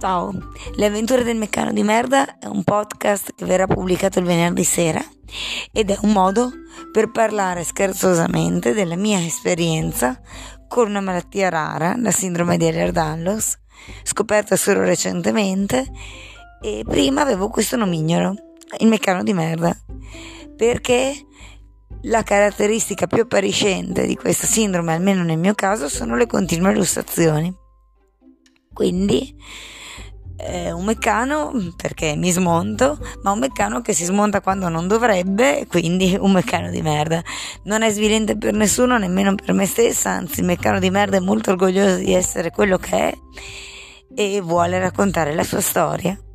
Ciao, Le avventure del meccano di merda è un podcast che verrà pubblicato il venerdì sera ed è un modo per parlare scherzosamente della mia esperienza con una malattia rara, la sindrome di Ehlers-Danlos, scoperta solo recentemente, e prima avevo questo nomignolo, il meccano di merda, perché la caratteristica più appariscente di questa sindrome, almeno nel mio caso, sono le continue lussazioni. Quindi un meccano perché mi smonto, ma un meccano che si smonta quando non dovrebbe, quindi un meccano di merda. Non è svilente per nessuno, nemmeno per me stessa, anzi il meccano di merda è molto orgoglioso di essere quello che è e vuole raccontare la sua storia.